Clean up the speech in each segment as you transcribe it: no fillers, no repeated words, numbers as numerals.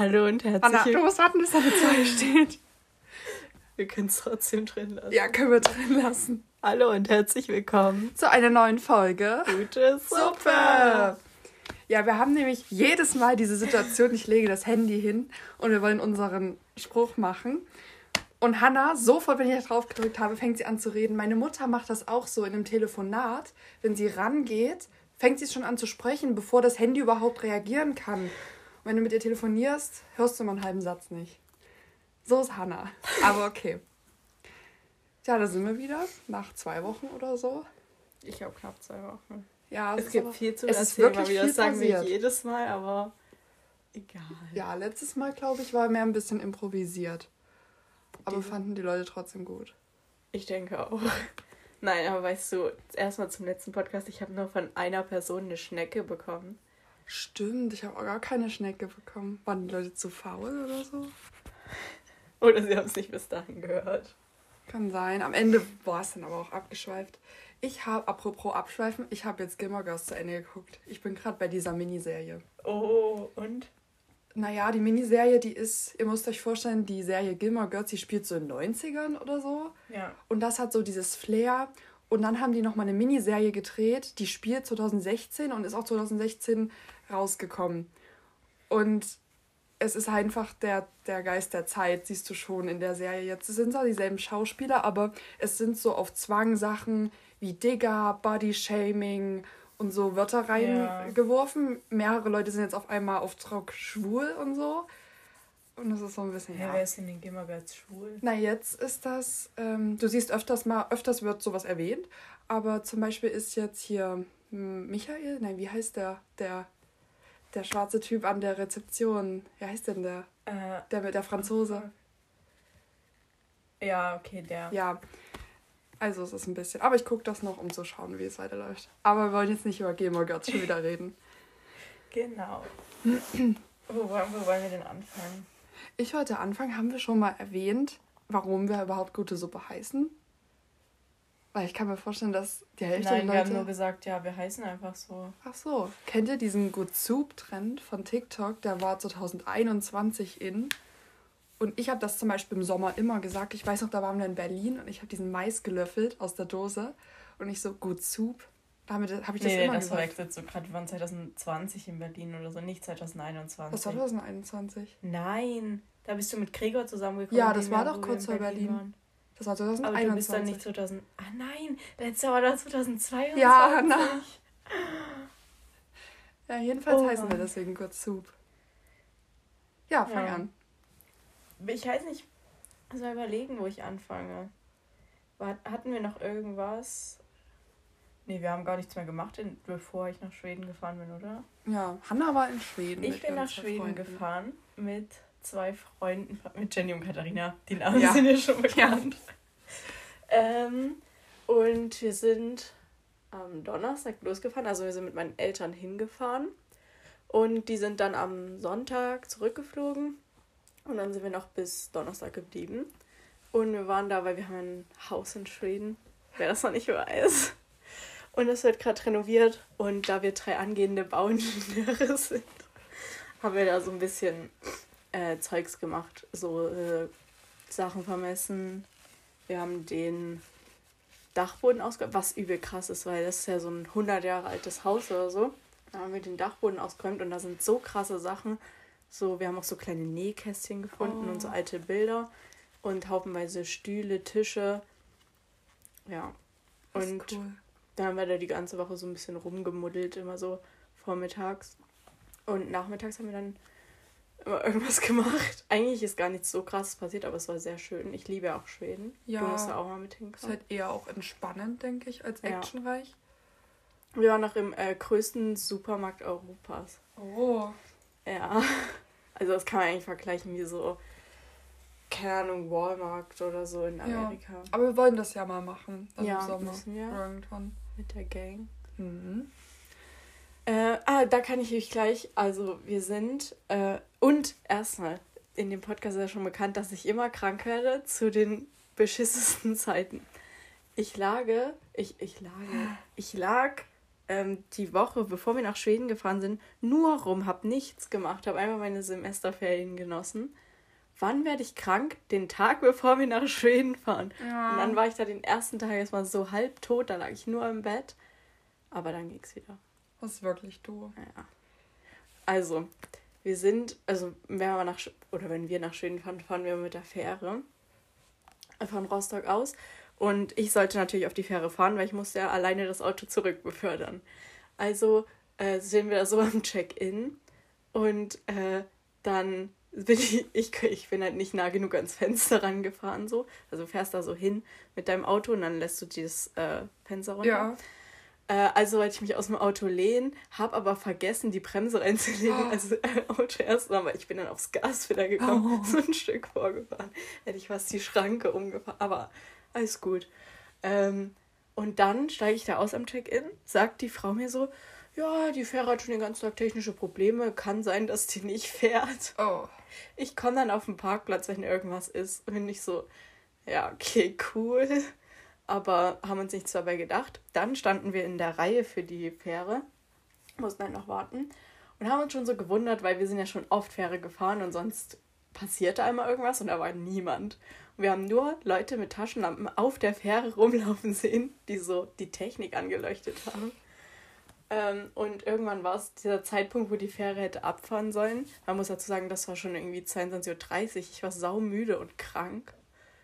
Hallo und herzlich Anna, du musst warten, bis da eine 2 steht. Wir können es trotzdem drin lassen. Ja, können wir drin lassen. Hallo und herzlich willkommen zu einer neuen Folge. Gute Suppe. Ja, wir haben nämlich jedes Mal diese Situation, ich lege das Handy hin und wir wollen unseren Spruch machen. Und Hannah, sofort, wenn ich da drauf gedrückt habe, fängt sie an zu reden. Meine Mutter macht das auch so in einem Telefonat. Wenn sie rangeht, fängt sie schon an zu sprechen, bevor das Handy überhaupt reagieren kann. Und wenn du mit ihr telefonierst, hörst du mal einen halben Satz nicht. So ist Hannah. Aber okay. Tja, da sind wir wieder. Nach 2 Wochen oder so. Ich habe knapp 2 Wochen. Ja, es gibt viel zu erzählen. Es ist wirklich viel das sagen passiert. wir jedes Mal, aber egal. Ja, letztes Mal, glaube ich, war mehr ein bisschen improvisiert. Aber fanden die Leute trotzdem gut. Ich denke auch. Nein, aber weißt du, erstmal zum letzten Podcast, ich habe nur von einer Person eine Schnecke bekommen. Stimmt, ich habe auch gar keine Schnecke bekommen. Waren die Leute zu faul oder so? Oder sie haben es nicht bis dahin gehört. Kann sein. Am Ende war es dann aber auch abgeschweift. Apropos abschweifen, ich habe jetzt Gilmore Girls zu Ende geguckt. Ich bin gerade bei dieser Miniserie. Oh, und? Naja, die Miniserie, die ist, ihr müsst euch vorstellen, die Serie Gilmore Girls, die spielt so in den 90ern oder so. Ja. Und das hat so dieses Flair. Und dann haben die nochmal eine Miniserie gedreht, die spielt 2016 und ist auch 2016 rausgekommen. Und es ist einfach der Geist der Zeit, siehst du schon in der Serie. Jetzt sind zwar dieselben Schauspieler, aber es sind so auf Zwang Sachen wie Digger, Body-Shaming und so Wörter reingeworfen. Mehrere Leute sind jetzt auf einmal auf Druck schwul und so. Und das ist so ein bisschen, ja. Wer ist denn in Gilmore Girls schwul? Na, jetzt ist das, du siehst öfters wird sowas erwähnt, aber zum Beispiel ist jetzt hier Michael, nein, wie heißt der schwarze Typ an der Rezeption, wie heißt denn der mit der Franzose? Ja, okay, der. Ja, also es ist ein bisschen, aber ich gucke das noch, um zu schauen, wie es weiterläuft. Aber wir wollen jetzt nicht über Gilmore Girls schon wieder reden. Genau. Wo wollen wir denn anfangen? Ich wollte anfangen, haben wir schon mal erwähnt, warum wir überhaupt gute Suppe heißen? Weil ich kann mir vorstellen, dass die Hälfte der Leute... Nein, wir haben nur gesagt, ja, wir heißen einfach so. Ach so. Kennt ihr diesen Good Soup-Trend von TikTok? Der war 2021 in. Und ich habe das zum Beispiel im Sommer immer gesagt. Ich weiß noch, da waren wir in Berlin und ich habe diesen Mais gelöffelt aus der Dose. Und ich so, Good Soup. Damit habe ich das immer das gesagt. verwechselt so gerade. Wir waren 2020 in Berlin oder so, nicht 2021. Was war 2021? Nein, da bist du mit Gregor zusammengekommen. Ja, das war doch kurz vor Berlin. Das war 2021. Aber du bist dann nicht 2000... Ah nein, letztes Jahr war das 2022. Ja, na. Ja, jedenfalls heißen wir deswegen Good Soup. Ja, fang an. Ich weiß nicht, ich muss mal überlegen, wo ich anfange. Hatten wir noch irgendwas? Nee, wir haben gar nichts mehr gemacht, bevor ich nach Schweden gefahren bin, oder? Ja, Hannah war in Schweden. Ich bin nach Schweden gefahren mit 2 Freunden, mit Jenny und Katharina. Die Namen sind ja schon bekannt. Ja. Und wir sind am Donnerstag losgefahren, also wir sind mit meinen Eltern hingefahren. Und die sind dann am Sonntag zurückgeflogen. Und dann sind wir noch bis Donnerstag geblieben. Und wir waren da, weil wir haben ein Haus in Schweden, wer das noch nicht weiß. Und es wird gerade renoviert. Und da wir 3 angehende Bauingenieure sind, haben wir da so ein bisschen Zeugs gemacht. So Sachen vermessen. Wir haben den Dachboden ausgeräumt, was übel krass ist, weil das ist ja so ein 100 Jahre altes Haus oder so. Da haben wir den Dachboden ausgeräumt und da sind so krasse Sachen. So, wir haben auch so kleine Nähkästchen gefunden und so alte Bilder. Und haufenweise Stühle, Tische. Ja. Und cool. Dann haben wir da die ganze Woche so ein bisschen rumgemuddelt, immer so vormittags. Und nachmittags haben wir dann immer irgendwas gemacht. Eigentlich ist gar nichts so krasses passiert, aber es war sehr schön. Ich liebe auch Schweden. Ja, du musst da auch mal mit hinkommen. Ist halt eher auch entspannend, denke ich, als actionreich. Wir waren noch im größten Supermarkt Europas. Oh. Ja. Also das kann man eigentlich vergleichen wie so, keine Ahnung, Walmart oder so in Amerika. Ja, aber wir wollen das ja mal machen. Ja, im Sommer. müssen wir. Irgendwann. Mit der Gang. Mhm. Da kann ich euch gleich, also wir sind, und erstmal, in dem Podcast ist ja schon bekannt, dass ich immer krank werde zu den beschissensten Zeiten. Ich lag die Woche, bevor wir nach Schweden gefahren sind, nur rum, habe nichts gemacht, habe einfach meine Semesterferien genossen. Wann werde ich krank? Den Tag, bevor wir nach Schweden fahren. Ja. Und dann war ich da den ersten Tag erstmal so halbtot, da lag ich nur im Bett. Aber dann ging es wieder. Das ist wirklich doof. Ja. Also, wenn wir nach Schweden fahren, fahren wir mit der Fähre von Rostock aus. Und ich sollte natürlich auf die Fähre fahren, weil ich musste ja alleine das Auto zurückbefördern. Also sind wir da so am Check-in und dann bin ich bin halt nicht nah genug ans Fenster rangefahren, so. Also fährst da so hin mit deinem Auto und dann lässt du dieses Fenster runter. Ja. Also wollte ich mich aus dem Auto lehnen, habe aber vergessen, die Bremse reinzulegen, also Auto erst noch, aber ich bin dann aufs Gas wieder gekommen, so ein Stück vorgefahren. Hätte ich fast die Schranke umgefahren, aber alles gut. Und dann steige ich da aus am Check-in, sagt die Frau mir so, ja, die Fähre hat schon den ganzen Tag technische Probleme, kann sein, dass die nicht fährt. Oh. Ich komme dann auf den Parkplatz, wenn irgendwas ist und bin ich so, ja, okay, cool. Aber haben uns nichts dabei gedacht. Dann standen wir in der Reihe für die Fähre, mussten halt noch warten und haben uns schon so gewundert, weil wir sind ja schon oft Fähre gefahren und sonst passierte einmal irgendwas und da war niemand. Und wir haben nur Leute mit Taschenlampen auf der Fähre rumlaufen sehen, die so die Technik angeleuchtet haben. Und irgendwann war es dieser Zeitpunkt, wo die Fähre hätte abfahren sollen. Man muss dazu sagen, das war schon irgendwie 22:30 Uhr. Ich war saumüde und krank.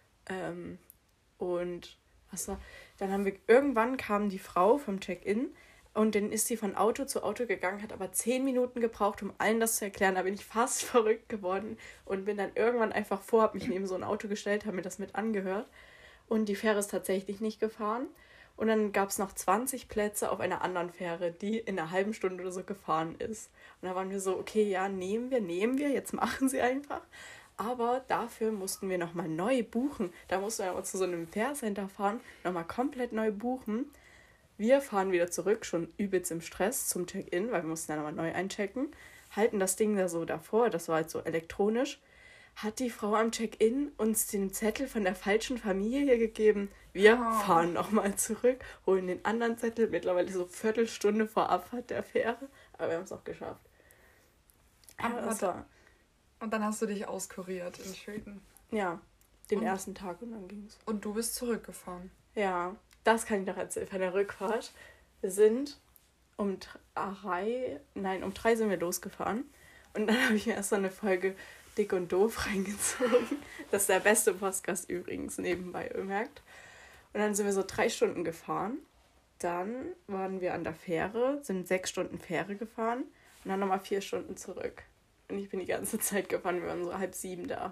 Und irgendwann kam die Frau vom Check-in und dann ist sie von Auto zu Auto gegangen, hat aber 10 Minuten gebraucht, um allen das zu erklären. Da bin ich fast verrückt geworden und bin dann irgendwann einfach habe mich neben so ein Auto gestellt, habe mir das mit angehört. Und die Fähre ist tatsächlich nicht gefahren. Und dann gab es noch 20 Plätze auf einer anderen Fähre, die in einer halben Stunde oder so gefahren ist. Und da waren wir so, okay, ja, nehmen wir, jetzt machen sie einfach. Aber dafür mussten wir nochmal neu buchen. Da mussten wir aber zu so einem Fährcenter fahren, nochmal komplett neu buchen. Wir fahren wieder zurück, schon übelst im Stress zum Check-in, weil wir mussten dann nochmal neu einchecken. Halten das Ding da so davor, das war halt so elektronisch. Hat die Frau am Check-in uns den Zettel von der falschen Familie gegeben. Wir fahren nochmal zurück, holen den anderen Zettel, mittlerweile so Viertelstunde vor Abfahrt der Fähre. Aber wir haben es auch geschafft. Aber das war... Und dann hast du dich auskuriert in Schweden. Ja, den ersten Tag und dann ging's. Und du bist zurückgefahren. Ja, das kann ich noch erzählen von der Rückfahrt. Wir sind um 3 sind wir losgefahren. Und dann habe ich mir erst so eine Folge Dick und Doof reingezogen. Das ist der beste Podcast übrigens, nebenbei bemerkt. Und dann sind wir so 3 Stunden gefahren. Dann waren wir an der Fähre, sind 6 Stunden Fähre gefahren. Und dann nochmal 4 Stunden zurück. Und ich bin die ganze Zeit gefahren, wir waren so 6:30 da.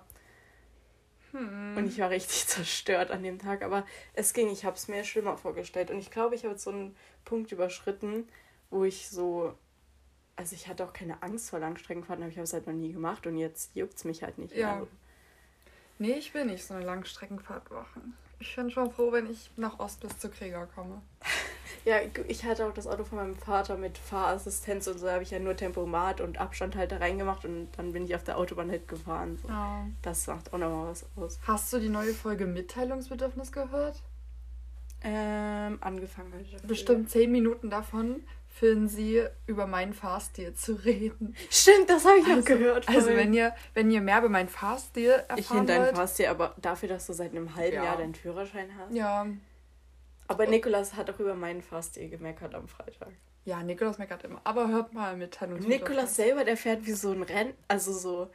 Und ich war richtig zerstört an dem Tag, aber es ging, ich habe es mir schlimmer vorgestellt. Und ich glaube, ich habe jetzt so einen Punkt überschritten, wo ich so, also ich hatte auch keine Angst vor Langstreckenfahrten, aber ich habe es halt noch nie gemacht und jetzt juckt es mich halt nicht mehr. Ja. Nee, ich will nicht so eine Langstreckenfahrt machen. Ich bin schon froh, wenn ich nach Ost bis zu Krieger komme. Ja, ich hatte auch das Auto von meinem Vater mit Fahrassistenz und so, habe ich ja nur Tempomat und Abstandhalter reingemacht und dann bin ich auf der Autobahn halt gefahren. So. Oh. Das macht auch nochmal was aus. Hast du die neue Folge Mitteilungsbedürfnis gehört? Angefangen habe ich. Bestimmt 10 Minuten davon füllen sie über meinen Fahrstil zu reden. Stimmt, das habe ich noch gehört. Also wenn ihr mehr über meinen Fahrstil erfahren wollt. Ich finde deinen Fahrstil, aber dafür, dass du seit einem halben Jahr deinen Führerschein hast. Ja. Aber Nikolas hat auch über meinen Fahrstil gemeckert am Freitag. Ja, Nikolas meckert immer. Aber hört mal Mitteilungsbedürfnis. Nikolas selber, der fährt wie so ein also so...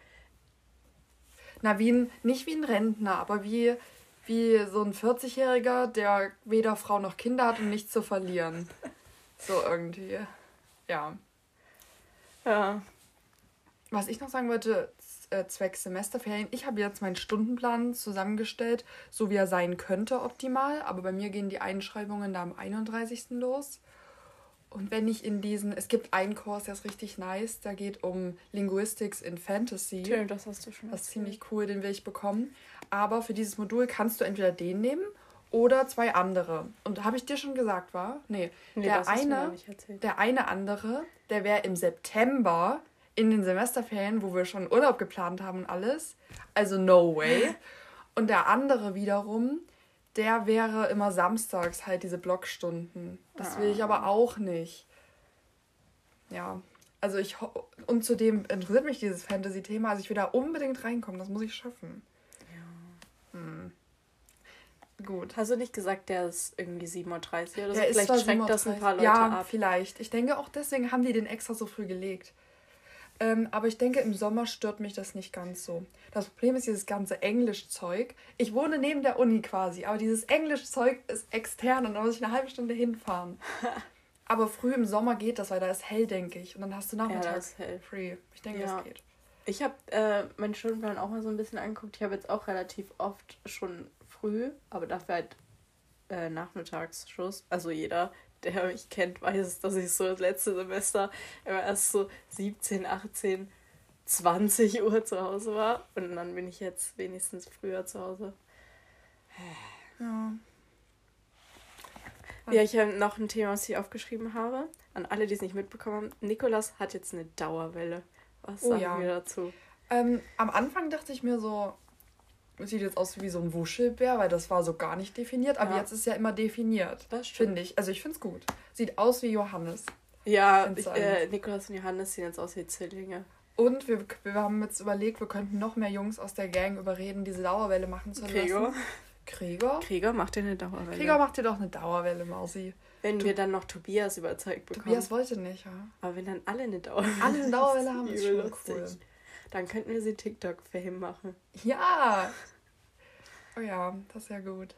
Na, nicht wie ein Rentner, aber wie so ein 40-Jähriger, der weder Frau noch Kinder hat und nichts zu verlieren. So irgendwie. Ja. Ja. Was ich noch sagen wollte, zwecks Semesterferien, ich habe jetzt meinen Stundenplan zusammengestellt, so wie er sein könnte optimal, aber bei mir gehen die Einschreibungen da am 31. los. Und wenn ich es gibt einen Kurs, der ist richtig nice, der geht um Linguistics in Fantasy. Schön, das hast du schon erzählt. Das ist ziemlich cool, den will ich bekommen. Aber für dieses Modul kannst du entweder den nehmen oder 2 andere. Und habe ich dir schon gesagt, war? Nee, der eine andere, der wäre im September in den Semesterferien, wo wir schon Urlaub geplant haben und alles. Also no way. Und der andere wiederum, der wäre immer samstags halt diese Blockstunden. Das will ich aber auch nicht. ja. Also und zudem interessiert mich dieses Fantasy-Thema. Also ich will da unbedingt reinkommen. Das muss ich schaffen. Ja. Gut. Hast du nicht gesagt, der ist irgendwie 7:30 Uhr oder so? Der vielleicht schreckt das ein paar Leute ab. Ja, ab. vielleicht. Ich denke, auch deswegen haben die den extra so früh gelegt. Aber ich denke, im Sommer stört mich das nicht ganz so. Das Problem ist dieses ganze Englischzeug. Ich wohne neben der Uni quasi, aber dieses Englischzeug ist extern und da muss ich eine halbe Stunde hinfahren. Aber früh im Sommer geht das, weil da ist hell, denke ich. Und dann hast du nachmittags free. Ich denke, das geht. Ich habe meinen Stundenplan auch mal so ein bisschen angeguckt. Ich habe jetzt auch relativ oft schon früh, aber dafür halt Nachmittagsschluss. Also jeder, der mich kennt, weiß es, dass ich so das letzte Semester immer erst so 17, 18, 20 Uhr zu Hause war. Und dann bin ich jetzt wenigstens früher zu Hause. Ja. Ja, ich habe noch ein Thema, was ich aufgeschrieben habe. An alle, die es nicht mitbekommen haben. Nikolas hat jetzt eine Dauerwelle. Was sagen wir dazu? Am Anfang dachte ich mir so, es sieht jetzt aus wie so ein Wuschelbär, weil das war so gar nicht definiert. Aber jetzt ist ja immer definiert. Das stimmt. Finde ich. Also ich finde es gut. Sieht aus wie Johannes. Ja, Nikolas und Johannes sehen jetzt aus wie Zwillinge. Und wir haben jetzt überlegt, wir könnten noch mehr Jungs aus der Gang überreden, diese Dauerwelle machen zu lassen. Gregor macht dir eine Dauerwelle. Gregor macht dir doch eine Dauerwelle, Mausi. Wenn wir dann noch Tobias überzeugt bekommen. Tobias wollte nicht, ja. Aber wenn dann alle eine Dauerwelle haben, ist schon lustig. Cool. Dann könnten wir sie TikTok-Fame machen. Ja! Oh ja, das ist ja gut.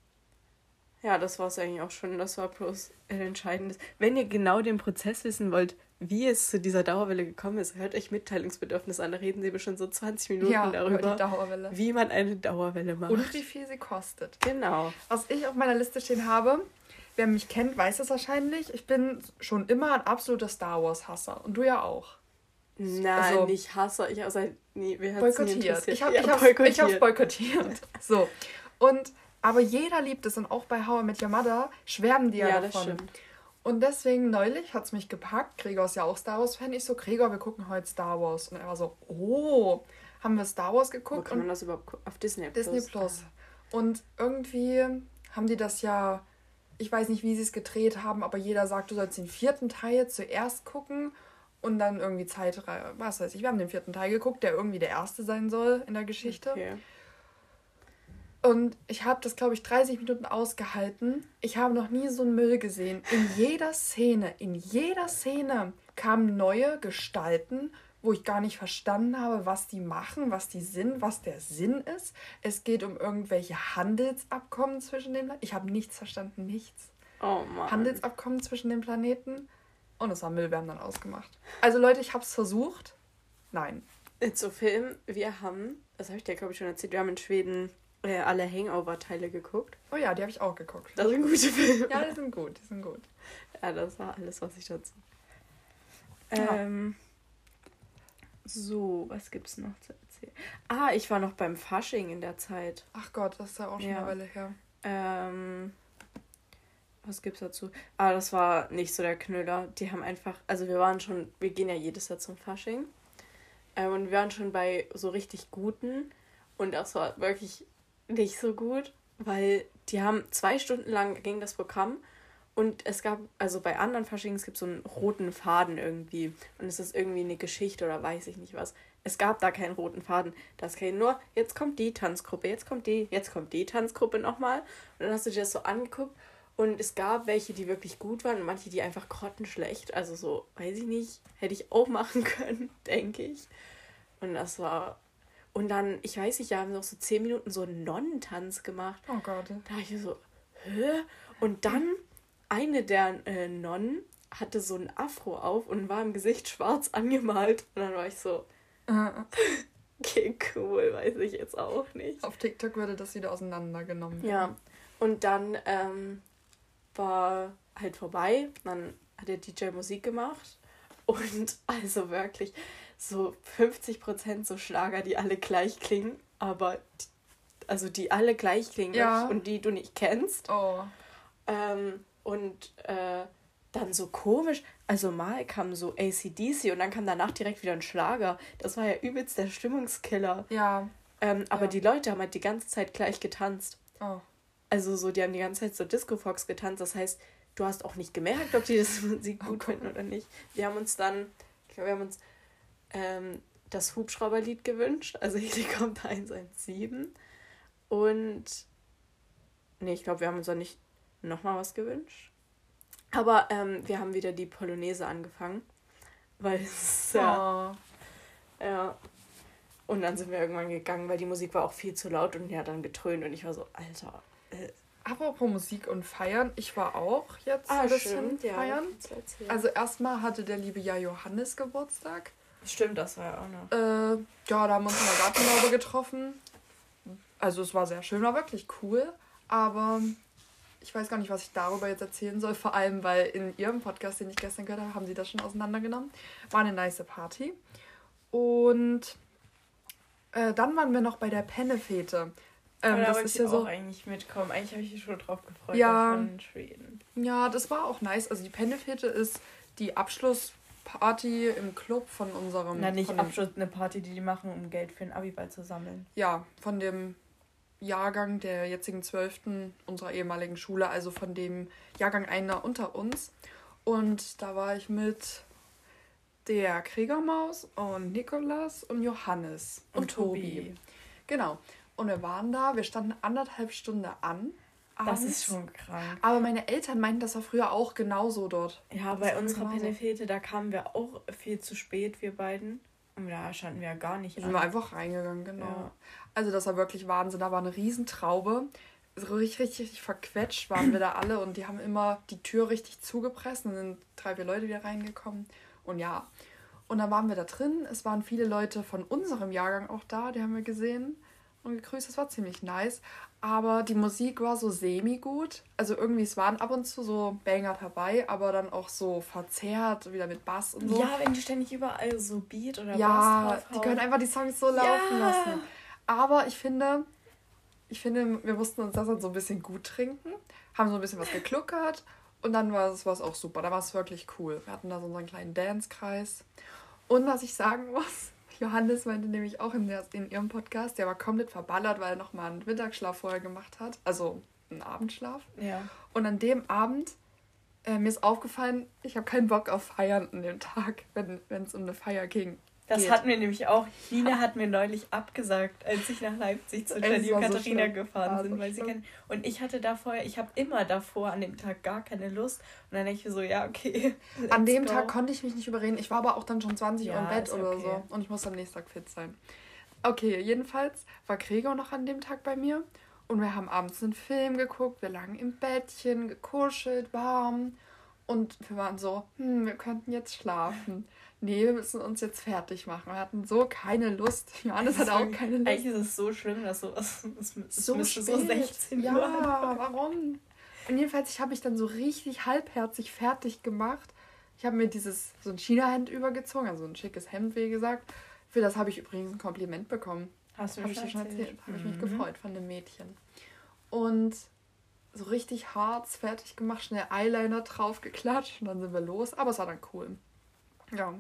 Ja, das war es eigentlich auch schon. Das war bloß ein entscheidendes. Wenn ihr genau den Prozess wissen wollt, wie es zu dieser Dauerwelle gekommen ist, hört euch Mitteilungsbedürfnis an. Da reden sie bestimmt so 20 Minuten darüber, wie man eine Dauerwelle macht. Und wie viel sie kostet. Genau. Was ich auf meiner Liste stehen habe, wer mich kennt, weiß das wahrscheinlich. Ich bin schon immer ein absoluter Star Wars-Hasser. Und du ja auch. Nein, nicht Hasser. Ich habe boykottiert. Ich hab's boykottiert. So. Aber jeder liebt es. Und auch bei How I Met Your Mother schwärmen die ja davon. Das stimmt. Und deswegen neulich hat es mich gepackt. Gregor ist ja auch Star Wars-Fan. Ich so, Gregor, wir gucken heute Star Wars. Und er war so, haben wir Star Wars geguckt? Wo kann man das überhaupt auf Disney+? Disney+. Und irgendwie haben die das ja, ich weiß nicht, wie sie es gedreht haben, aber jeder sagt, du sollst den 4. Teil zuerst gucken und dann irgendwie was weiß ich. Wir haben den 4. Teil geguckt, der irgendwie der erste sein soll in der Geschichte. Okay. Und ich habe das, glaube ich, 30 Minuten ausgehalten. Ich habe noch nie so einen Müll gesehen. In jeder Szene kamen neue Gestalten, wo ich gar nicht verstanden habe, was die machen, was die sind, was der Sinn ist. Es geht um irgendwelche Handelsabkommen zwischen den Planeten. Ich habe nichts verstanden, nichts. Oh Mann. Handelsabkommen zwischen den Planeten. Und es war Müll, wir haben dann ausgemacht. Also Leute, ich habe es versucht. Nein. Zu Film, wir haben, das habe ich dir, glaube ich, schon erzählt, wir haben in Schweden alle Hangover-Teile geguckt. Oh ja, die habe ich auch geguckt. Das sind gute Filme. Ja, die sind gut. Ja, das war alles, was ich dazu. So, was gibt's noch zu erzählen? Ich war noch beim Fasching in der Zeit. Ach Gott, das ist ja auch schon eine Weile her. Was gibt's dazu? Das war nicht so der Knüller. Die haben einfach, also wir gehen ja jedes Jahr zum Fasching. Und wir waren schon bei so richtig guten. Und das war wirklich nicht so gut, weil die haben 2 Stunden lang ging das Programm und es gab, also bei anderen Faschings gibt es so einen roten Faden irgendwie und es ist irgendwie eine Geschichte oder weiß ich nicht was. Es gab da keinen roten Faden. Das ging nur, jetzt kommt die Tanzgruppe, jetzt kommt die Tanzgruppe nochmal und dann hast du dir das so angeguckt und es gab welche, die wirklich gut waren und manche, die einfach grottenschlecht, also so, weiß ich nicht, hätte ich auch machen können, denke ich. Und das war... Und dann, ich weiß nicht, da haben sie auch so 10 Minuten so einen Nonnentanz gemacht. Oh Gott. Da war ich so, hä? Und dann, eine der Nonnen hatte so ein Afro auf und war im Gesicht schwarz angemalt. Und dann war ich so, okay, cool, weiß ich jetzt auch nicht. Auf TikTok würde das wieder auseinandergenommen werden. Ja, und dann war halt vorbei. Dann hat der DJ Musik gemacht. Und also wirklich... so 50% so Schlager, die alle gleich klingen, aber die alle gleich klingen und die du nicht kennst. Oh. Dann so komisch, also mal kam so AC/DC und dann kam danach direkt wieder ein Schlager. Das war ja übelst der Stimmungskiller. Ja. Aber die Leute haben halt die ganze Zeit gleich getanzt. Oh. Also so, die haben die ganze Zeit so Disco Fox getanzt, das heißt, du hast auch nicht gemerkt, ob die das Musik gut finden oder nicht. Wir haben uns das Hubschrauberlied gewünscht, also Helikopter 117. Und ich glaube, wir haben uns da nicht nochmal was gewünscht. Aber wir haben wieder die Polonaise angefangen, weil es ja. Und dann sind wir irgendwann gegangen, weil die Musik war auch viel zu laut und die hat dann getrönt und ich war so, Alter. Apropos Musik und Feiern, ich war auch jetzt ein bisschen feiern. Ja, also erstmal hatte der liebe Jahr Johannes Geburtstag. Stimmt, das war ja auch noch. Ja, da haben wir uns in der Gartenlaube getroffen. Also es war sehr schön, war wirklich cool. Aber ich weiß gar nicht, was ich darüber jetzt erzählen soll. Vor allem, weil in ihrem Podcast, den ich gestern gehört habe, haben sie das schon auseinandergenommen. War eine nice Party. Und dann waren wir noch bei der Pennefete. Da wollte ich auch eigentlich mitkommen. Eigentlich habe ich mich schon drauf gefreut. Ja, von Schweden. Ja, das war auch nice. Also die Pennefete ist die Abschlussparty im Club von unserem... eine Party, die machen, um Geld für den Abiball zu sammeln. Ja, von dem Jahrgang der jetzigen 12. unserer ehemaligen Schule, also von dem Jahrgang einer unter uns. Und da war ich mit der Kriegermaus und Nikolas und Johannes und Tobi. Genau. Und wir waren da, wir standen 1,5 Stunden an. Das ist schon krank. Aber meine Eltern meinten, das war früher auch genauso dort. Ja, bei unserer Pennefete, da kamen wir auch viel zu spät, wir beiden. Und da standen wir ja gar nicht an. Sind wir einfach reingegangen, genau. Ja. Also das war wirklich Wahnsinn. Da war eine Riesentraube. So richtig verquetscht waren wir da alle. Und die haben immer die Tür richtig zugepresst. Und dann sind 3, 4 Leute wieder reingekommen. Und ja. Und dann waren wir da drin. Es waren viele Leute von unserem Jahrgang auch da. Die haben wir gesehen und gegrüßt. Das war ziemlich nice. Aber die Musik war so semi-gut. Also irgendwie, es waren ab und zu so Banger dabei, aber dann auch so verzerrt, wieder mit Bass und so. Ja, wenn die ständig überall so Beat oder Bass draufhauen. Ja, die können einfach die Songs so laufen lassen. Aber ich finde, wir mussten uns das dann so ein bisschen gut trinken, haben so ein bisschen was gekluckert und dann war es auch super. Da war es wirklich cool. Wir hatten da so unseren kleinen Dance-Kreis. Und was ich sagen muss, Johannes meinte nämlich auch in ihrem Podcast, der war komplett verballert, weil er nochmal einen Mittagsschlaf vorher gemacht hat. Also einen Abendschlaf. Ja. Und an dem Abend, mir ist aufgefallen, ich habe keinen Bock auf Feiern an dem Tag, wenn es um eine Feier ging. Das hatten wir nämlich auch. Lina hat mir neulich abgesagt, als ich nach Leipzig zu Jenny und Katharina gefahren sind. Weil und ich habe immer davor an dem Tag gar keine Lust. Und dann denke ich so, ja, okay. An dem Tag konnte ich mich nicht überreden. Ich war aber auch dann schon 20 Uhr im Bett oder so. Und ich musste am nächsten Tag fit sein. Okay, jedenfalls war Gregor noch an dem Tag bei mir. Und wir haben abends einen Film geguckt. Wir lagen im Bettchen, gekuschelt, warm. Und wir waren so, wir könnten jetzt schlafen. Nee, wir müssen uns jetzt fertig machen. Wir hatten so keine Lust. Johannes hatte auch keine Lust. Eigentlich ist es so schlimm, dass so spät. So 16 Uhr. Ja, warum? Und jedenfalls, ich habe mich dann so richtig halbherzig fertig gemacht. Ich habe mir so ein China-Hemd übergezogen, also ein schickes Hemd, wie gesagt. Für das habe ich übrigens ein Kompliment bekommen. Hast du mir schon erzählt? Habe ich mich gefreut von dem Mädchen. Und so richtig hart fertig gemacht, schnell Eyeliner drauf geklatscht und dann sind wir los. Aber es war dann cool. Ja.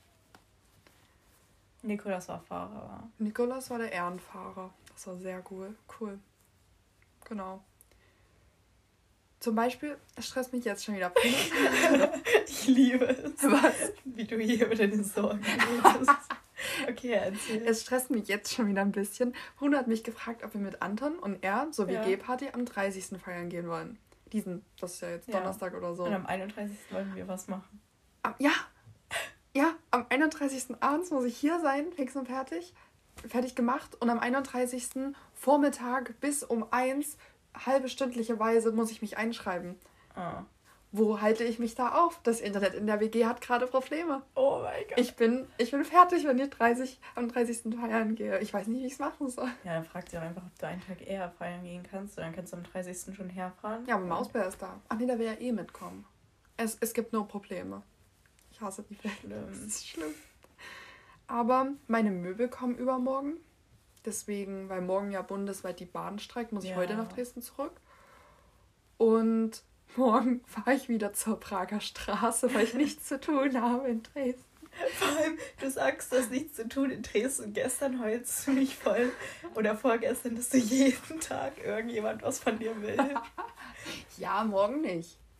Nikolas war Fahrer. Nikolas war der Ehrenfahrer. Das war sehr cool. Genau. Zum Beispiel, es stresst mich jetzt schon wieder. Ich liebe es. Was? Wie du hier über deine Sorgen redest. Okay, erzähl. Es stresst mich jetzt schon wieder ein bisschen. Bruno hat mich gefragt, ob wir mit Anton und er, so wie G-Party, am 30. feiern gehen wollen. Das ist ja jetzt Donnerstag oder so. Und am 31. wollen wir was machen. Ja, am 31. abends muss ich hier sein, fix und fertig gemacht. Und am 31. Vormittag bis um 1, halbe stündliche Weise, muss ich mich einschreiben. Ah. Wo halte ich mich da auf? Das Internet in der WG hat gerade Probleme. Oh mein Gott. Ich bin fertig, wenn ich am 30. feiern gehe. Ich weiß nicht, wie ich es machen soll. Ja, dann fragt sie auch einfach, ob du einen Tag eher feiern gehen kannst. Dann kannst du am 30. schon herfahren. Ja, aber Mausbär ist da. Ach nee, da will ja mitkommen. Es gibt nur Probleme. Ich hasse die Welt. Das ist schlimm. Aber meine Möbel kommen übermorgen. Deswegen, weil morgen ja bundesweit die Bahn streikt, muss ich heute nach Dresden zurück. Und morgen fahre ich wieder zur Prager Straße, weil ich nichts zu tun habe in Dresden. Vor allem, du sagst, du hast nichts zu tun in Dresden. Gestern heulst du mich voll. Oder vorgestern, dass du jeden Tag irgendjemand was von dir will. Ja, morgen nicht.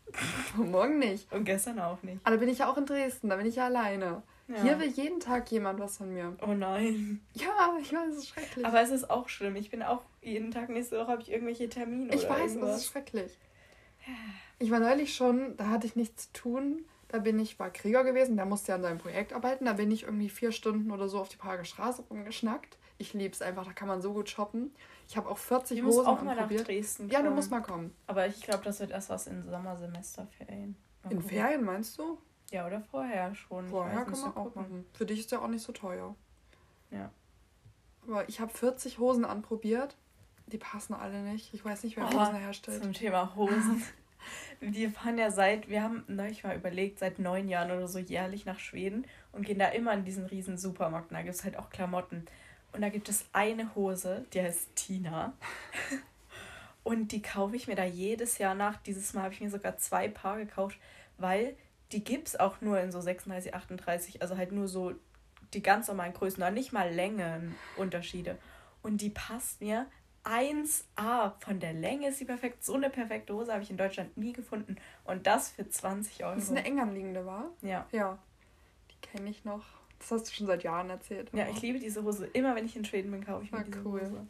Morgen nicht. Und gestern auch nicht. Aber da bin ich ja auch in Dresden, da bin ich ja alleine. Ja. Hier will jeden Tag jemand was von mir. Oh nein. Ja, ich weiß, es ist schrecklich. Aber es ist auch schlimm. Ich bin auch jeden Tag, nächste Woche habe ich irgendwelche Termine. Ich weiß, es ist schrecklich. Ich war neulich schon, da hatte ich nichts zu tun. War Krieger gewesen, der musste ja an seinem Projekt arbeiten. Da bin ich irgendwie 4 Stunden oder so auf die Prager Straße rumgeschnackt. Ich liebe es einfach, da kann man so gut shoppen. Ich habe auch 40 Hosen auch mal nach Dresden kommen. Ja, du musst mal kommen. Aber ich glaube, das wird erst was in Sommersemesterferien. In Ferien meinst du? Ja, oder vorher schon. Vorher kann man auch machen. Für dich ist ja auch nicht so teuer. Ja. Aber ich habe 40 Hosen anprobiert. Die passen alle nicht. Ich weiß nicht, wer Hosen herstellt. Zum Thema Hosen. Wir fahren ja wir haben neulich mal überlegt, seit 9 Jahren oder so jährlich nach Schweden und gehen da immer in diesen riesen Supermarkt. Da gibt es halt auch Klamotten. Und da gibt es eine Hose, die heißt Tina. Und die kaufe ich mir da jedes Jahr nach. Dieses Mal habe ich mir sogar 2 Paar gekauft, weil die gibt es auch nur in so 36, 38. Also halt nur so die ganz normalen Größen, noch nicht mal Längenunterschiede. Und die passt mir 1A. Von der Länge ist sie perfekt. So eine perfekte Hose habe ich in Deutschland nie gefunden. Und das für 20 Euro. Das ist eine eng anliegende, war? Ja. Ja. Die kenne ich noch. Das hast du schon seit Jahren erzählt. Ja, ich liebe diese Hose. Immer wenn ich in Schweden bin, kaufe ich mir diese Hose.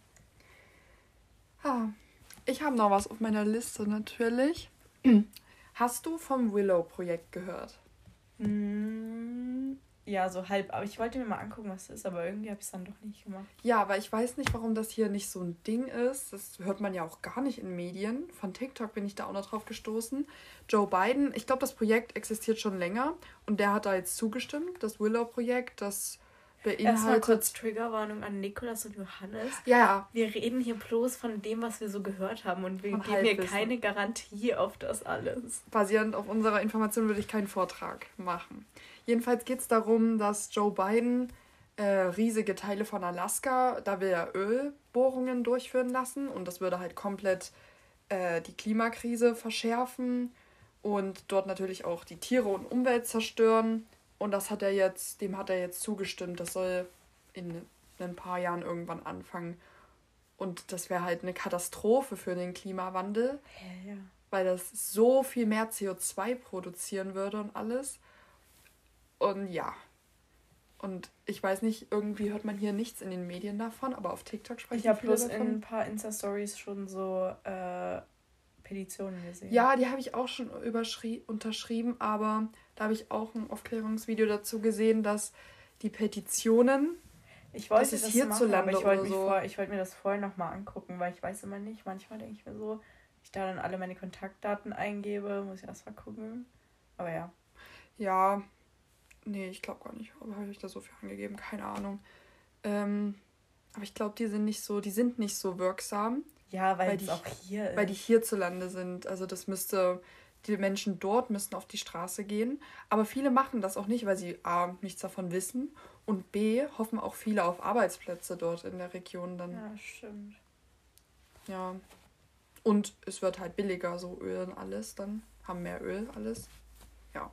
Ich habe noch was auf meiner Liste natürlich. Hast du vom Willow-Projekt gehört? Ja, so halb. Aber ich wollte mir mal angucken, was das ist, aber irgendwie habe ich es dann doch nicht gemacht. Ja, aber ich weiß nicht, warum das hier nicht so ein Ding ist. Das hört man ja auch gar nicht in Medien. Von TikTok bin ich da auch noch drauf gestoßen. Joe Biden, ich glaube, das Projekt existiert schon länger und der hat da jetzt zugestimmt. Das Willow-Projekt, das beinhaltet... Erstmal kurz Triggerwarnung an Nikolas und Johannes. Ja. Wir reden hier bloß von dem, was wir so gehört haben und wir geben hier keine Garantie auf das alles. Basierend auf unserer Information würde ich keinen Vortrag machen. Jedenfalls geht es darum, dass Joe Biden riesige Teile von Alaska, da will er Ölbohrungen durchführen lassen und das würde halt komplett die Klimakrise verschärfen und dort natürlich auch die Tiere und Umwelt zerstören. Und dem hat er jetzt zugestimmt. Das soll in ein paar Jahren irgendwann anfangen. Und das wäre halt eine Katastrophe für den Klimawandel, Ja. weil das so viel mehr CO2 produzieren würde und alles. Und ja. Und ich weiß nicht, irgendwie hört man hier nichts in den Medien davon, aber auf TikTok sprechen viele davon. Ich habe bloß in ein paar Insta-Stories schon so Petitionen gesehen. Ja, die habe ich auch schon unterschrieben, aber da habe ich auch ein Aufklärungsvideo dazu gesehen, dass die Petitionen, ich wollte das hierzulande machen, aber ich wollte mir das vorher nochmal angucken, weil ich weiß immer nicht, manchmal denke ich mir so, ich da dann alle meine Kontaktdaten eingebe, muss ich erst mal gucken, aber ja. Ja, nee, ich glaube gar nicht, aber habe ich da so viel angegeben, keine Ahnung. Aber ich glaube, die sind nicht so wirksam. Ja, weil die auch hier ist. Weil die hierzulande sind. Also die Menschen dort müssten auf die Straße gehen. Aber viele machen das auch nicht, weil sie A, nichts davon wissen und B, hoffen auch viele auf Arbeitsplätze dort in der Region dann. Ja, stimmt. Ja. Und es wird halt billiger, so Öl und alles dann. Haben mehr Öl, alles. Ja.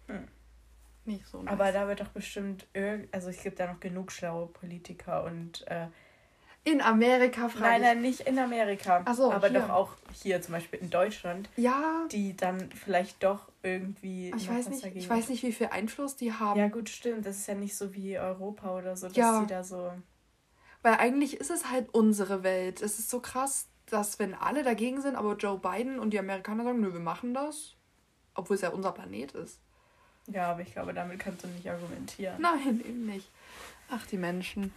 Nicht so nice. Aber da wird doch bestimmt also es gibt ja noch genug schlaue Politiker und in Amerika Nein, nicht in Amerika. Ach so, aber hier. Doch auch hier zum Beispiel in Deutschland. Ja. Die dann vielleicht doch irgendwie. Ich weiß nicht, wie viel Einfluss die haben. Ja, gut, stimmt. Das ist ja nicht so wie Europa oder so, dass die da so. Weil eigentlich ist es halt unsere Welt. Es ist so krass, dass wenn alle dagegen sind, aber Joe Biden und die Amerikaner sagen, nö, wir machen das. Obwohl es ja unser Planet ist. Ja, aber ich glaube, damit kannst du nicht argumentieren. Nein, eben nicht. Ach, die Menschen.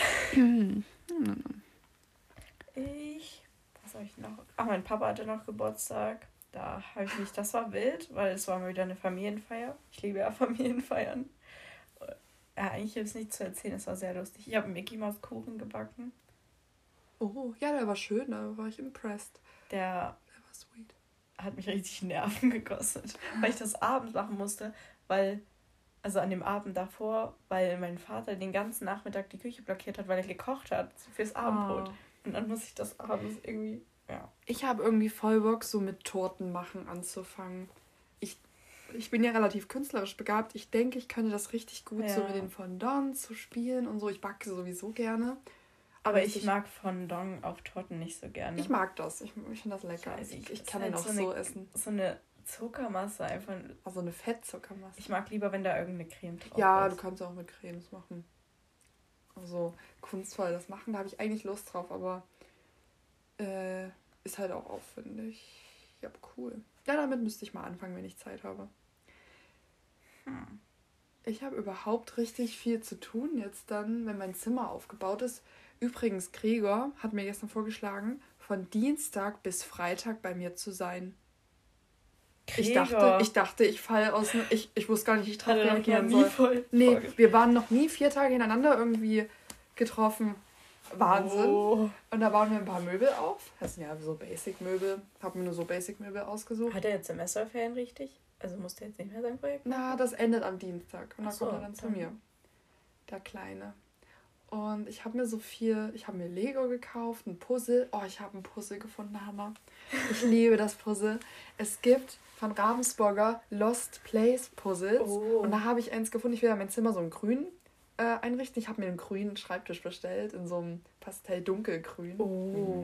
Was habe ich noch? Ach, mein Papa hatte noch Geburtstag. Da habe ich mich, das war wild, weil es war mal wieder eine Familienfeier. Ich liebe ja Familienfeiern. Ja, eigentlich gibt es nichts zu erzählen, es war sehr lustig. Ich habe einen Mickey Mouse Kuchen gebacken. Oh, ja, der war schön, da war ich impressed. Der war sweet. Hat mich richtig Nerven gekostet, weil ich das abends machen musste, also an dem Abend davor, weil mein Vater den ganzen Nachmittag die Küche blockiert hat, weil er gekocht hat fürs Abendbrot. Und dann muss ich das abends irgendwie, ja. Ich habe irgendwie voll Bock, so mit Torten machen anzufangen. Ich bin ja relativ künstlerisch begabt. Ich denke, ich könnte das richtig gut, so mit den Fondants zu spielen und so. Ich backe sowieso gerne. Aber ich mag Fondant auf Torten nicht so gerne. Ich mag das. Ich finde das lecker. Ich kann den auch so essen. So eine Zuckermasse einfach. Also eine Fettzuckermasse. Ich mag lieber, wenn da irgendeine Creme drauf ist. Ja, du kannst auch mit Cremes machen. Also kunstvoll das machen, da habe ich eigentlich Lust drauf, aber ist halt auch aufwendig. Ja, cool. Ja, damit müsste ich mal anfangen, wenn ich Zeit habe. Ich habe überhaupt richtig viel zu tun jetzt dann, wenn mein Zimmer aufgebaut ist. Übrigens, Gregor hat mir gestern vorgeschlagen, von Dienstag bis Freitag bei mir zu sein. Ich dachte, ich falle aus dem... Ich wusste gar nicht, wie ich drauf reagieren soll. Nee, wir waren noch nie 4 Tage hintereinander irgendwie getroffen. Wahnsinn. Oh. Und da bauen wir ein paar Möbel auf. Das sind ja so Basic-Möbel. Habe mir nur so Basic-Möbel ausgesucht. Hat er jetzt Semesterferien richtig? Also musste er jetzt nicht mehr sein Projekt machen? Na, das endet am Dienstag. Und dann kommt er dann zu mir. Der Kleine. Und ich habe mir ich habe mir Lego gekauft, ein Puzzle. Oh, ich habe ein Puzzle gefunden, Hannah. Ich liebe das Puzzle. Es gibt von Ravensburger Lost Place Puzzles. Oh. Und da habe ich eins gefunden. Ich will ja mein Zimmer so im Grün einrichten. Ich habe mir einen grünen Schreibtisch bestellt, in so einem Pastell-dunkelgrün. Oh,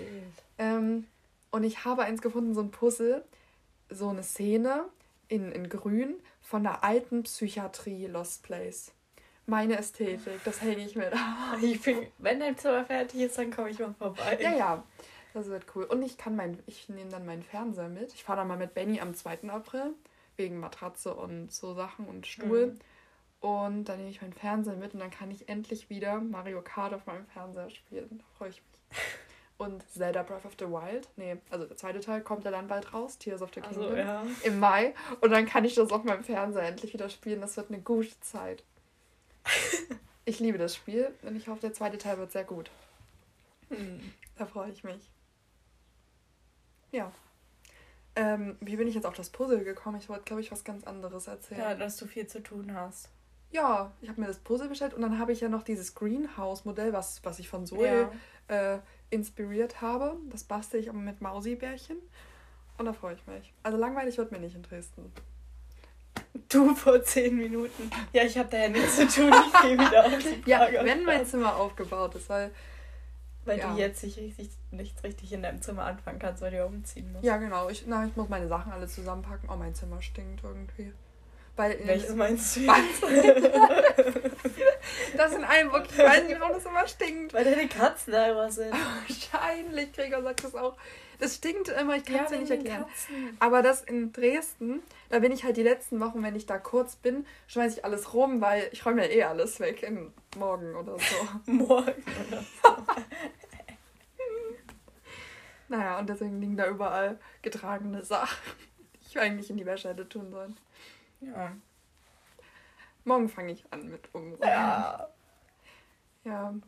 und ich habe eins gefunden, so ein Puzzle, so eine Szene in grün von der alten Psychiatrie Lost Place. Meine Ästhetik, das hänge ich mir da. Wenn dein Zimmer fertig ist, dann komme ich mal vorbei. Ja, das wird cool. Und ich nehme dann meinen Fernseher mit. Ich fahre dann mal mit Benny am 2. April, wegen Matratze und so Sachen und Stuhl. Und dann nehme ich meinen Fernseher mit und dann kann ich endlich wieder Mario Kart auf meinem Fernseher spielen. Da freue ich mich. Und Zelda Breath of the Wild. Nee, also der 2. Teil kommt ja dann bald raus. Tears of the Kingdom. Ja. Im Mai. Und dann kann ich das auf meinem Fernseher endlich wieder spielen. Das wird eine gute Zeit. Ich liebe das Spiel und ich hoffe, der 2. Teil wird sehr gut. Da freue ich mich. Ja. Wie bin ich jetzt auf das Puzzle gekommen? Ich wollte, glaube ich, was ganz anderes erzählen. Ja, dass du viel zu tun hast. Ja, ich habe mir das Puzzle bestellt und dann habe ich ja noch dieses Greenhouse-Modell, was ich von Zoe inspiriert habe. Das bastel ich aber mit Mausibärchen und da freue ich mich. Also langweilig wird mir nicht in Dresden. Du vor 10 Minuten. Ja, ich habe da ja nichts zu tun, ich gehe wieder auf die Frage. Ja, wenn mein Zimmer aufgebaut ist, weil du jetzt nicht richtig in deinem Zimmer anfangen kannst, weil du ja umziehen musst. Ja, genau. Ich muss meine Sachen alle zusammenpacken. Oh, mein Zimmer stinkt irgendwie. Welches meinst du jetzt? Das in einem wirklich, ich weiß nicht, warum das immer stinkt. Weil deine Katzen da immer sind. Wahrscheinlich, Gregor sagt das auch. Das stinkt immer, ich kann es dir nicht erklären. Aber das in Dresden, da bin ich halt die letzten Wochen, wenn ich da kurz bin, schmeiße ich alles rum, weil ich räume ja alles weg morgen oder so. Morgen oder so. Naja, und deswegen liegen da überall getragene Sachen, die ich eigentlich in die Wäsche hätte tun sollen. Ja. Morgen fange ich an mit Umräumen. Ja.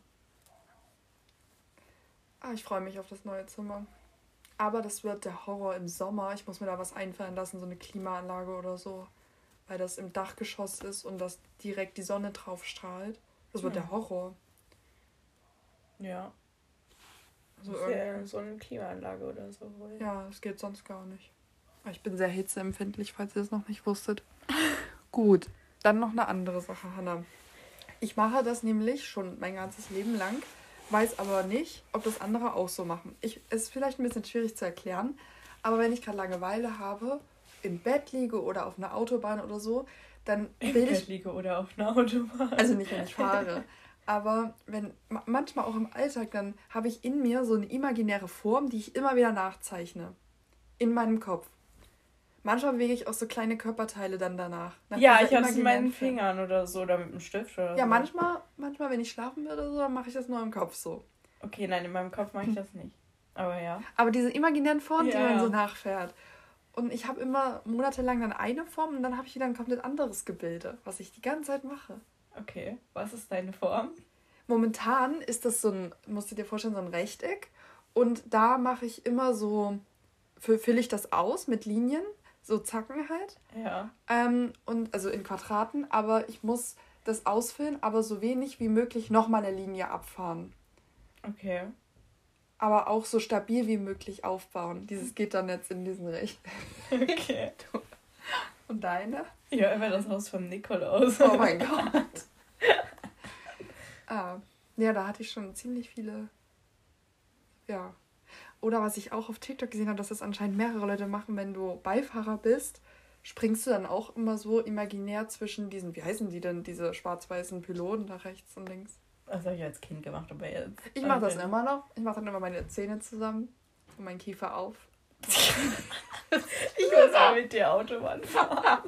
Ich freue mich auf das neue Zimmer. Aber das wird der Horror im Sommer. Ich muss mir da was einfallen lassen, so eine Klimaanlage oder so. Weil das im Dachgeschoss ist und das direkt die Sonne drauf strahlt. Das wird der Horror. Ja. Also so eine Klimaanlage oder so. Wohl. Ja, das geht sonst gar nicht. Ich bin sehr hitzeempfindlich, falls ihr das noch nicht wusstet. Gut, dann noch eine andere Sache, Hannah. Ich mache das nämlich schon mein ganzes Leben lang, weiß aber nicht, ob das andere auch so machen. Es ist vielleicht ein bisschen schwierig zu erklären, aber wenn ich gerade Langeweile habe, im Bett liege oder auf einer Autobahn oder so, dann will ich... Im Bett liege oder auf einer Autobahn. Also nicht, wenn ich fahre. Aber manchmal auch im Alltag, dann habe ich in mir so eine imaginäre Form, die ich immer wieder nachzeichne. In meinem Kopf. Manchmal bewege ich auch so kleine Körperteile dann danach. Ja, ich habe es mit meinen Fingern oder so, oder mit einem Stift oder so. Ja, manchmal, wenn ich schlafen will oder so, dann mache ich das nur im Kopf so. Okay, nein, in meinem Kopf mache ich das nicht. Aber ja. Aber diese imaginären Formen, die man so nachfährt. Und ich habe immer monatelang dann eine Form und dann habe ich wieder ein komplett anderes Gebilde, was ich die ganze Zeit mache. Okay, was ist deine Form? Momentan ist das musst du dir vorstellen, so ein Rechteck. Und da mache ich immer so, fülle ich das aus mit Linien, so Zacken halt. Ja. Und also in Quadraten, aber ich muss das ausfüllen, aber so wenig wie möglich nochmal eine Linie abfahren. Okay. Aber auch so stabil wie möglich aufbauen. Dieses geht dann jetzt in diesen Rechteck. Okay. Und deine? Ja, immer das Haus von Nikolaus. Oh mein Gott. Ja, da hatte ich schon ziemlich viele. Ja. Oder was ich auch auf TikTok gesehen habe, dass das anscheinend mehrere Leute machen, wenn du Beifahrer bist, springst du dann auch immer so imaginär zwischen diesen, wie heißen die denn, diese schwarz-weißen Pylonen da rechts und links? Das habe ich als Kind gemacht, aber jetzt... Ich mache das immer noch. Ich mache dann immer meine Zähne zusammen und meinen Kiefer auf. Ich muss auch mit dir Autobahn fahren.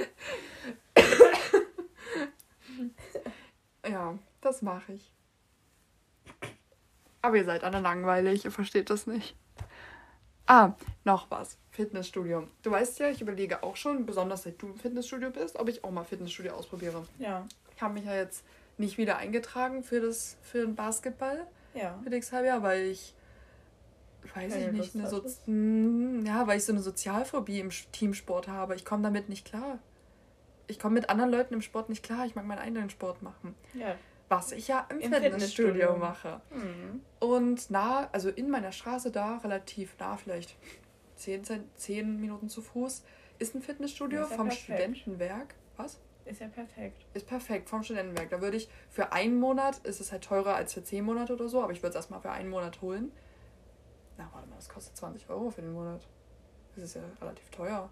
Ja, das mache ich. Aber ihr seid alle langweilig, ihr versteht das nicht. Noch was. Fitnessstudio. Du weißt ja, ich überlege auch schon, besonders seit du im Fitnessstudio bist, ob ich auch mal Fitnessstudio ausprobiere. Ja. Ich habe mich ja jetzt nicht wieder eingetragen für den Basketball. Ja. Für nächstes Halbjahr, weil ich weiß ich nicht, weil ich so eine Sozialphobie im Teamsport habe. Ich komme damit nicht klar. Ich komme mit anderen Leuten im Sport nicht klar. Ich mag meinen eigenen Sport machen. Ja. Was ich ja im Fitnessstudio mache. Mhm. Und also in meiner Straße da, relativ nah, vielleicht 10 Minuten zu Fuß, ist ein Fitnessstudio vom Studentenwerk. Was? Ist ja perfekt. Ist perfekt, vom Studentenwerk. Da würde ich für einen Monat, ist es halt teurer als für 10 Monate oder so, aber ich würde es erstmal für einen Monat holen. Na, warte mal, das kostet 20 € für den Monat. Das ist ja relativ teuer.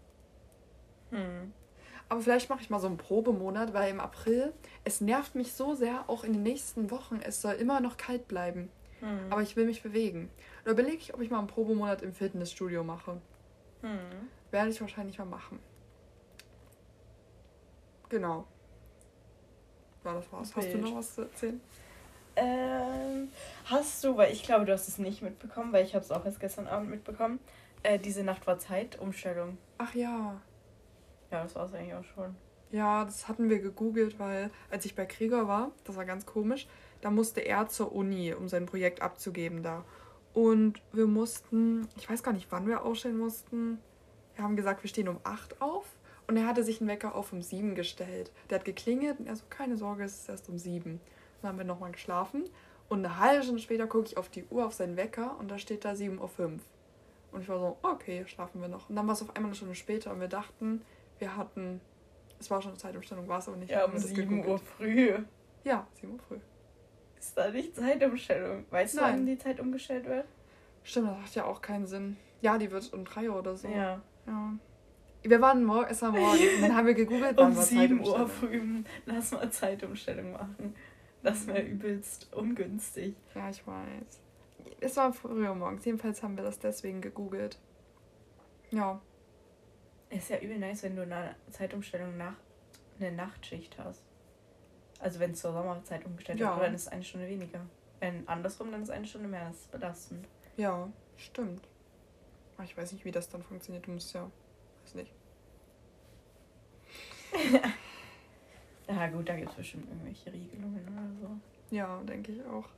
Aber vielleicht mache ich mal so einen Probemonat, weil im April, es nervt mich so sehr, auch in den nächsten Wochen, es soll immer noch kalt bleiben. Aber ich will mich bewegen. Da überlege ich, ob ich mal einen Probemonat im Fitnessstudio mache. Werde ich wahrscheinlich mal machen. Genau. Ja, das war's. Hast du noch was zu erzählen? Hast du, weil ich glaube, du hast es nicht mitbekommen, weil ich habe es auch erst gestern Abend mitbekommen, diese Nacht war Zeitumstellung. Ach ja. Ja, das war es eigentlich auch schon. Ja, das hatten wir gegoogelt, weil als ich bei Krieger war, das war ganz komisch, da musste er zur Uni, um sein Projekt abzugeben da. Und wir mussten, ich weiß gar nicht, wann wir aufstehen mussten. Wir haben gesagt, wir stehen um 8 auf. Und er hatte sich einen Wecker auf um 7 gestellt. Der hat geklingelt und er so, keine Sorge, es ist erst um 7. Dann haben wir nochmal geschlafen. Und eine halbe Stunde später gucke ich auf die Uhr, auf seinen Wecker und da steht da 7:05 Uhr. Und ich war so, okay, schlafen wir noch. Und dann war es auf einmal eine Stunde später und wir dachten, es war schon eine Zeitumstellung, war es aber nicht. Ja, um 7 Uhr früh. Ja, 7 Uhr früh. Ist da nicht Zeitumstellung? Weißt du, wann die Zeit umgestellt wird? Stimmt, das macht ja auch keinen Sinn. Ja, die wird um 3 Uhr oder so. Ja. Wir waren es war morgen. Und dann haben wir gegoogelt, wann war Zeitumstellung. Um 7 Uhr früh. Lass mal Zeitumstellung machen. Das wäre übelst ungünstig. Ja, ich weiß. Es war früher morgens. Jedenfalls haben wir das deswegen gegoogelt. Ja. Ist ja übel nice, wenn du eine Zeitumstellung eine Nachtschicht hast. Also wenn es zur Sommerzeit umgestellt wird, dann ist es 1 Stunde weniger. Wenn andersrum, dann ist 1 Stunde mehr. Das ist belastend. Ja, stimmt. Aber ich weiß nicht, wie das dann funktioniert. Du musst ja... Weiß nicht. Ja gut, da gibt es bestimmt irgendwelche Regelungen oder so. Ja, denke ich auch.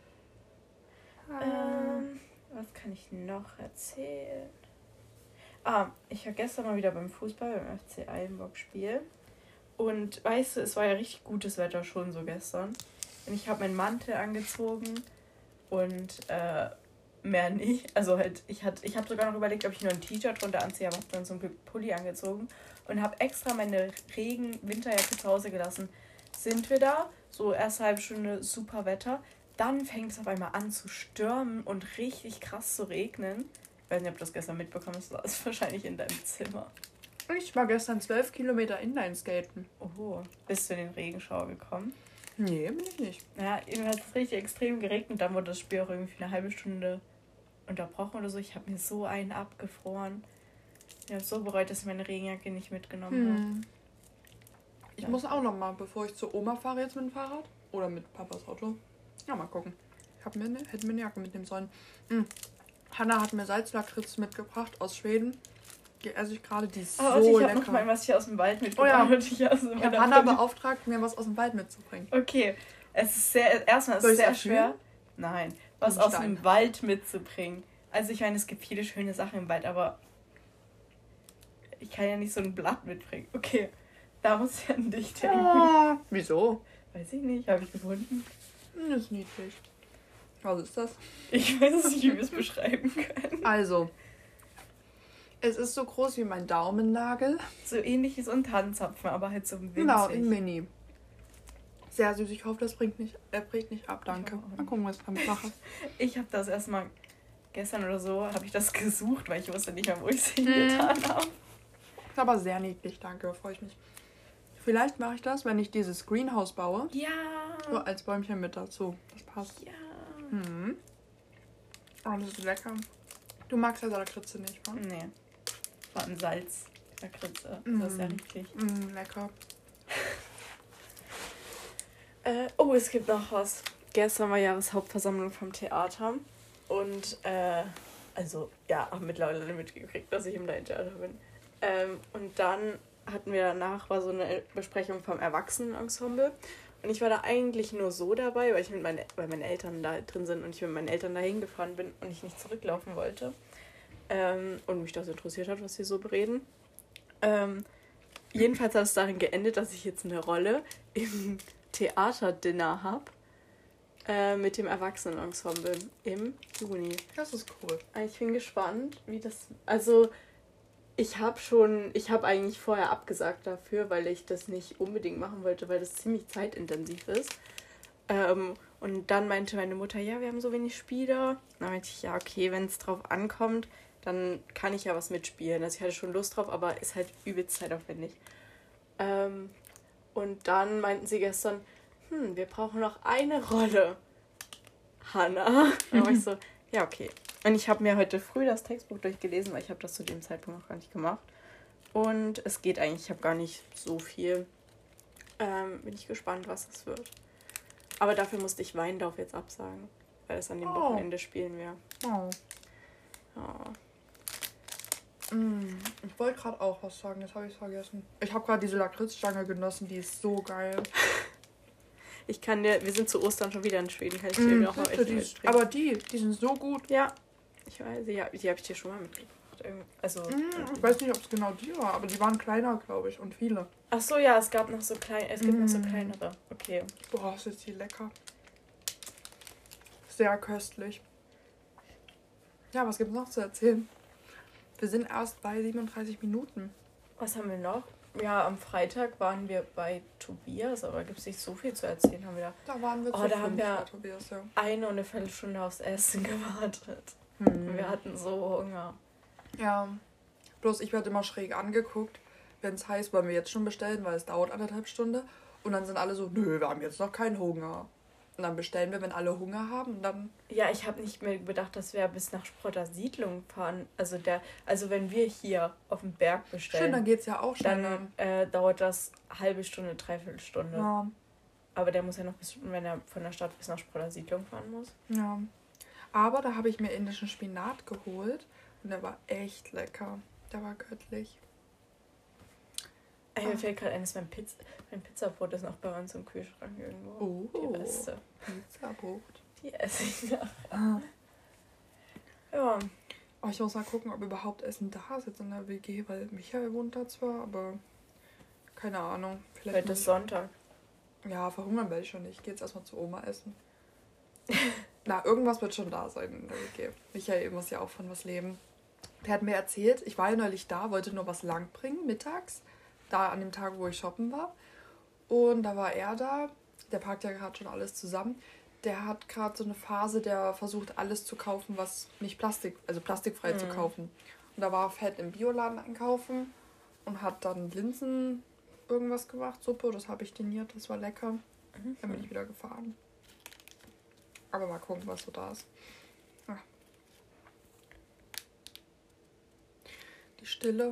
Was kann ich noch erzählen? Ich war gestern mal wieder beim Fußball, beim FC Eilenburg Spiel. Und weißt du, es war ja richtig gutes Wetter schon so gestern. Und ich habe meinen Mantel angezogen und mehr nicht. Also halt, ich habe sogar noch überlegt, ob ich nur ein T-Shirt drunter anziehe, aber habe dann so einen Pulli angezogen und habe extra meine Winterjacke zu Hause gelassen. Sind wir da, so erste halbe Stunde super Wetter, dann fängt es auf einmal an zu stürmen und richtig krass zu regnen. Ich weiß nicht, ob du das gestern mitbekommen hast, das ist wahrscheinlich in deinem Zimmer. Ich war gestern 12 Kilometer Inline-Skaten. Oh, bist du in den Regenschauer gekommen? Nee, bin ich nicht. Ja, irgendwie hat es richtig extrem geregnet, dann wurde das Spiel auch irgendwie eine halbe Stunde unterbrochen oder so. Ich habe mir so einen abgefroren. Ich habe so bereut, dass ich meine Regenjacke nicht mitgenommen habe. Ich muss auch noch mal, bevor ich zur Oma fahre jetzt mit dem Fahrrad oder mit Papas Auto, ja, mal gucken. Hätte mir eine Jacke mitnehmen sollen. Hanna hat mir Salzlakritz mitgebracht aus Schweden. Die esse ich gerade, die ist so lecker. Ich habe noch mal was hier aus dem Wald mitgebracht. Ich habe Hanna beauftragt, mir was aus dem Wald mitzubringen. Okay, es ist erstmal sehr schwer. Nein, was aus dem Wald mitzubringen. Also ich meine, es gibt viele schöne Sachen im Wald, aber ich kann ja nicht so ein Blatt mitbringen. Okay, da muss ich an dich denken. Wieso? Weiß ich nicht, habe ich gefunden. Das ist niedlich. Was ist das? Ich weiß nicht, wie wir es beschreiben können. Also, es ist so groß wie mein Daumennagel. So ähnlich wie so ein Tannenzapfen, aber halt so winzig. Genau, in Mini. Sehr süß. Ich hoffe, das bricht nicht ab. Danke. Mal gucken, was ich damit mache. Ich habe das erstmal gestern oder so habe ich das gesucht, weil ich wusste nicht mehr, wo ich es hingetan habe. Ist aber sehr niedlich, danke, freue ich mich. Vielleicht mache ich das, wenn ich dieses Greenhouse baue. Ja. So als Bäumchen mit dazu. Das passt. Ja. Oh, das ist lecker. Du magst ja Lakritze nicht, wa? Nee. War ein Salz. Lakritze. Das ist ja richtig. Lecker. Oh, es gibt noch was. Gestern war Jahreshauptversammlung vom Theater. Und, also, ja, habe mittlerweile mitgekriegt, dass ich im Theater bin. Und dann hatten wir danach, war so eine Besprechung vom Erwachsenenensemble. Und ich war da eigentlich nur so dabei, weil meine Eltern da drin sind und ich mit meinen Eltern da hingefahren bin und ich nicht zurücklaufen wollte. Und mich das interessiert hat, was sie so bereden. Jedenfalls hat es darin geendet, dass ich jetzt eine Rolle im Theaterdinner habe mit dem Erwachsenenensemble im Juni. Das ist cool. Ich bin gespannt, wie das... Also, ich habe eigentlich vorher abgesagt dafür, weil ich das nicht unbedingt machen wollte, weil das ziemlich zeitintensiv ist. Und dann meinte meine Mutter, ja, wir haben so wenig Spieler. Dann meinte ich, ja, okay, wenn es drauf ankommt, dann kann ich ja was mitspielen. Also ich hatte schon Lust drauf, aber ist halt übelst zeitaufwendig. Und dann meinten sie gestern, wir brauchen noch eine Rolle, Hannah. Dann war ich so, ja, okay. Und ich habe mir heute früh das Textbuch durchgelesen, weil ich habe das zu dem Zeitpunkt noch gar nicht gemacht. Und es geht eigentlich, ich habe gar nicht so viel. Bin ich gespannt, was das wird. Aber dafür musste ich Weindorf jetzt absagen, weil es an dem Wochenende spielen wir. Oh. Ja. Ich wollte gerade auch was sagen, jetzt habe ich es vergessen. Ich habe gerade diese Lakritzstange genossen, die ist so geil. Wir sind zu Ostern schon wieder in Schweden, kann ich dir noch mal echt aber die sind so gut. Ja, ich weiß, die habe ich dir schon mal mitgebracht. Also, ich weiß nicht, ob es genau die war, aber die waren kleiner, glaube ich, und viele. Ach so, ja, es gibt noch so kleinere. Okay. Boah, ist die lecker. Sehr köstlich. Ja, was gibt es noch zu erzählen? Wir sind erst bei 37 Minuten. Was haben wir noch? Ja, am Freitag waren wir bei Tobias, aber gibt es nicht so viel zu erzählen. Da waren wir da haben wir bei Tobias, ja. 1,25 Stunden aufs Essen gewartet. Wir hatten so Hunger. Ja, bloß ich werde immer schräg angeguckt, wenn es heißt, wollen wir jetzt schon bestellen, weil es dauert 1,5 Stunden. Und dann sind alle so, nö, wir haben jetzt noch keinen Hunger. Und dann bestellen wir, wenn alle Hunger haben und dann... Ja, ich habe nicht mehr bedacht, dass wir bis nach Sprotter Siedlung fahren. Also wenn wir hier auf dem Berg bestellen... Schön, dann geht's ja auch schneller. Dann dauert das halbe Stunde, dreiviertel Stunde. Ja. Aber der muss ja noch, wenn er von der Stadt bis nach Sprotter Siedlung fahren muss. Ja. Aber da habe ich mir indischen Spinat geholt und der war echt lecker. Der war göttlich. Mir fällt gerade ein, dass mein Pizzabrot ist noch bei uns im Kühlschrank irgendwo. Die Reste. Pizzabrot. Die esse ich nachher. Ja. Oh, ich muss mal gucken, ob überhaupt Essen da ist jetzt in der WG, weil Michael wohnt da zwar, aber keine Ahnung. Vielleicht heute ist Sonntag. Ja, verhungern werde ich schon nicht. Ich gehe jetzt erstmal zu Oma essen. Na, irgendwas wird schon da sein in der WG. Michael muss ja auch von was leben. Der hat mir erzählt, ich war ja neulich da, wollte nur was lang bringen, mittags. Da an dem Tag, wo ich shoppen war. Und da war er da. Der packt ja gerade schon alles zusammen. Der hat gerade so eine Phase, der versucht alles zu kaufen, was nicht plastikfrei zu kaufen. Und da war Fett im Bioladen einkaufen und hat dann Linsen irgendwas gemacht, Suppe, das habe ich diniert, das war lecker. Dann bin ich wieder gefahren. Aber mal gucken, was so da ist. Ja. Die Stille.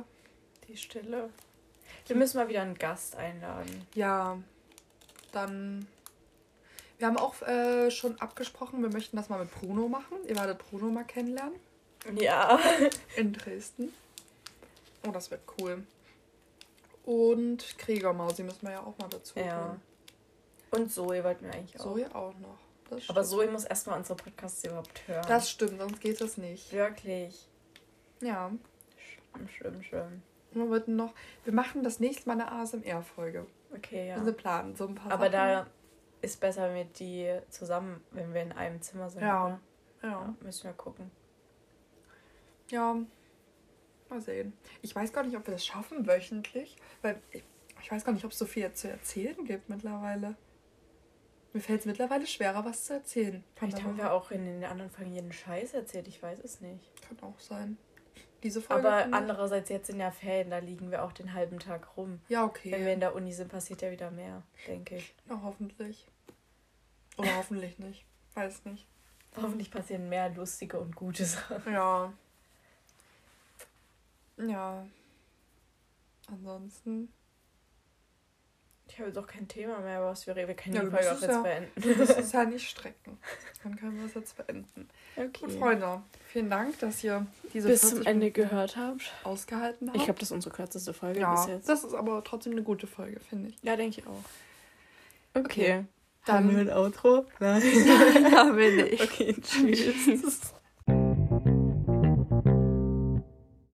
Wir müssen mal wieder einen Gast einladen. Ja, dann... Wir haben auch schon abgesprochen, wir möchten das mal mit Bruno machen. Ihr werdet Bruno mal kennenlernen. Ja. In Dresden. Oh, das wird cool. Und Kriegermausi müssen wir ja auch mal dazu tun. Und Zoe wollten wir eigentlich auch. Zoe auch noch. Aber Zoe muss erstmal unsere Podcasts überhaupt hören. Das stimmt, sonst geht das nicht. Wirklich. Ja. Schlimm. Wir machen das nächste Mal eine ASMR-Folge. Okay, ja. Also planen so ein paar Aber Sachen. da ist besser mit die zusammen, wenn wir in einem Zimmer sind. Ja. Müssen wir gucken. Ja. Mal sehen. Ich weiß gar nicht, ob wir das schaffen wöchentlich, weil ich weiß gar nicht, ob es so viel zu erzählen gibt mittlerweile. Mir fällt es mittlerweile schwerer, was zu erzählen. Vielleicht haben wir auch in den anderen Folgen jeden Scheiß erzählt, ich weiß es nicht. Kann auch sein. Diese Folge. Aber andererseits jetzt in der Ferien, da liegen wir auch den halben Tag rum. Ja, okay. Wenn wir in der Uni sind, passiert ja wieder mehr, denke ich. Ja, hoffentlich. Oder hoffentlich nicht. Weiß nicht. Hoffentlich passieren mehr lustige und gute Sachen. Ja. Ja. Ansonsten. Ich habe jetzt auch kein Thema mehr, was wir reden. Wir können die Folge auch jetzt beenden. Das ist ja nicht strecken. Dann können wir es jetzt beenden. Okay. Gut, Freunde. Vielen Dank, dass ihr diese bis zum Ende gehört habt. Ausgehalten habt. Ich glaube, das ist unsere kürzeste Folge bis jetzt. Das ist aber trotzdem eine gute Folge, finde ich. Ja, denke ich auch. Okay. Dann haben wir ein Outro? Nein. Haben wir nicht. Okay, tschüss.